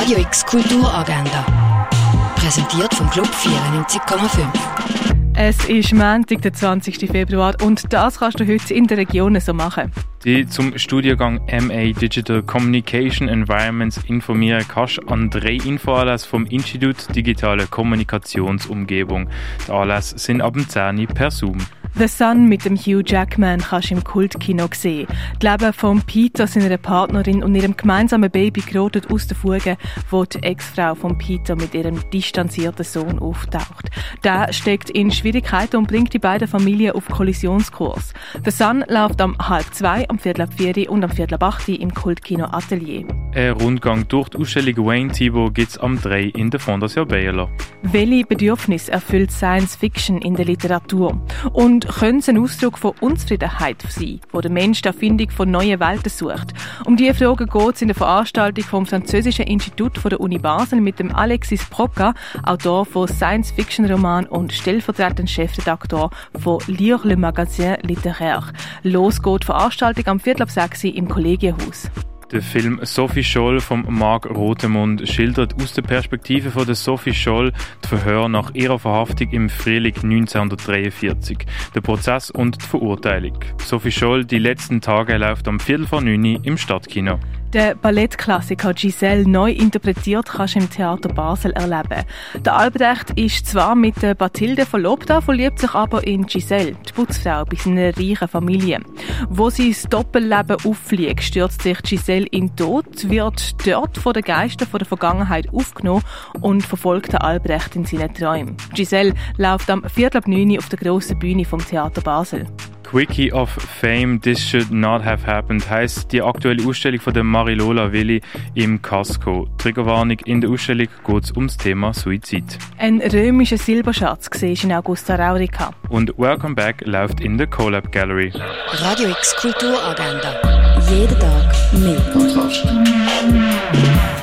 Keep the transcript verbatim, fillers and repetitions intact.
Radio X Kulturagenda. Präsentiert vom Club vierundneunzig Komma fünf. Es ist Montag, der zwanzigsten Februar, und das kannst du heute in der Region so machen. Die zum Studiengang M A Digital Communication Environments informieren kannst an drei Infoanlässe vom Institut Digitale Kommunikationsumgebung. Die Anlässe sind ab dem zehn Uhr per Zoom. «The Sun» mit dem Hugh Jackman kannst du im Kultkino sehen. Das Leben von Peter, seiner Partnerin und ihrem gemeinsamen Baby gerottet aus den Fugen, wo die Ex-Frau von Peter mit ihrem distanzierten Sohn auftaucht. Der steckt in Schwierigkeiten und bringt die beiden Familien auf Kollisionskurs. «The Sun» läuft am halb zwei, am viertel ab vier und am viertel ab acht im Kultkino Atelier. Ein Rundgang durch die Ausstellung Wayne Thiebaud gibt es am drei in der Fondation Bayerler. Welche Bedürfnisse erfüllt Science Fiction in der Literatur? Und könnte es ein Ausdruck von Unzufriedenheit sein, wo der Mensch die Erfindung von neuen Welten sucht? Um diese Fragen geht es in der Veranstaltung vom Französischen Institut von der Uni Basel mit dem Alexis Proca, Autor von Science-Fiction-Roman und stellvertretender Chefredakteur von Lire le Magazin Littéraire. Los geht die Veranstaltung am viertel ab sechs im Kollegienhaus. Der Film «Sophie Scholl» von Marc Rothemund schildert aus der Perspektive von der Sophie Scholl die Verhör nach ihrer Verhaftung im Frühling neunzehnhundertdreiundvierzig, der Prozess und die Verurteilung. «Sophie Scholl, die letzten Tage» läuft am Viertel vor neun im Stadtkino. Der Ballettklassiker Giselle neu interpretiert kannst du im Theater Basel erleben. Der Albrecht ist zwar mit der Bathilde verlobt, verliebt sich aber in Giselle, die Putzfrau bei seiner reichen Familie. Wo sie das Doppelleben auffliegt, stürzt sich Giselle in den Tod, wird dort von den Geistern von der Vergangenheit aufgenommen und verfolgt den Albrecht in seinen Träumen. Giselle läuft am viertel ab neun auf der grossen Bühne vom Theater Basel. Quickie of Fame, This Should Not Have Happened heisst die aktuelle Ausstellung von der Marilola Willi im Casco. Triggerwarnung: in der Ausstellung geht es um das Thema Suizid. Ein römischer Silberschatz siehst du in Augusta Raurica. Und Welcome Back läuft in der Collab Gallery. Radio X Kulturagenda. Jeden Tag mehr.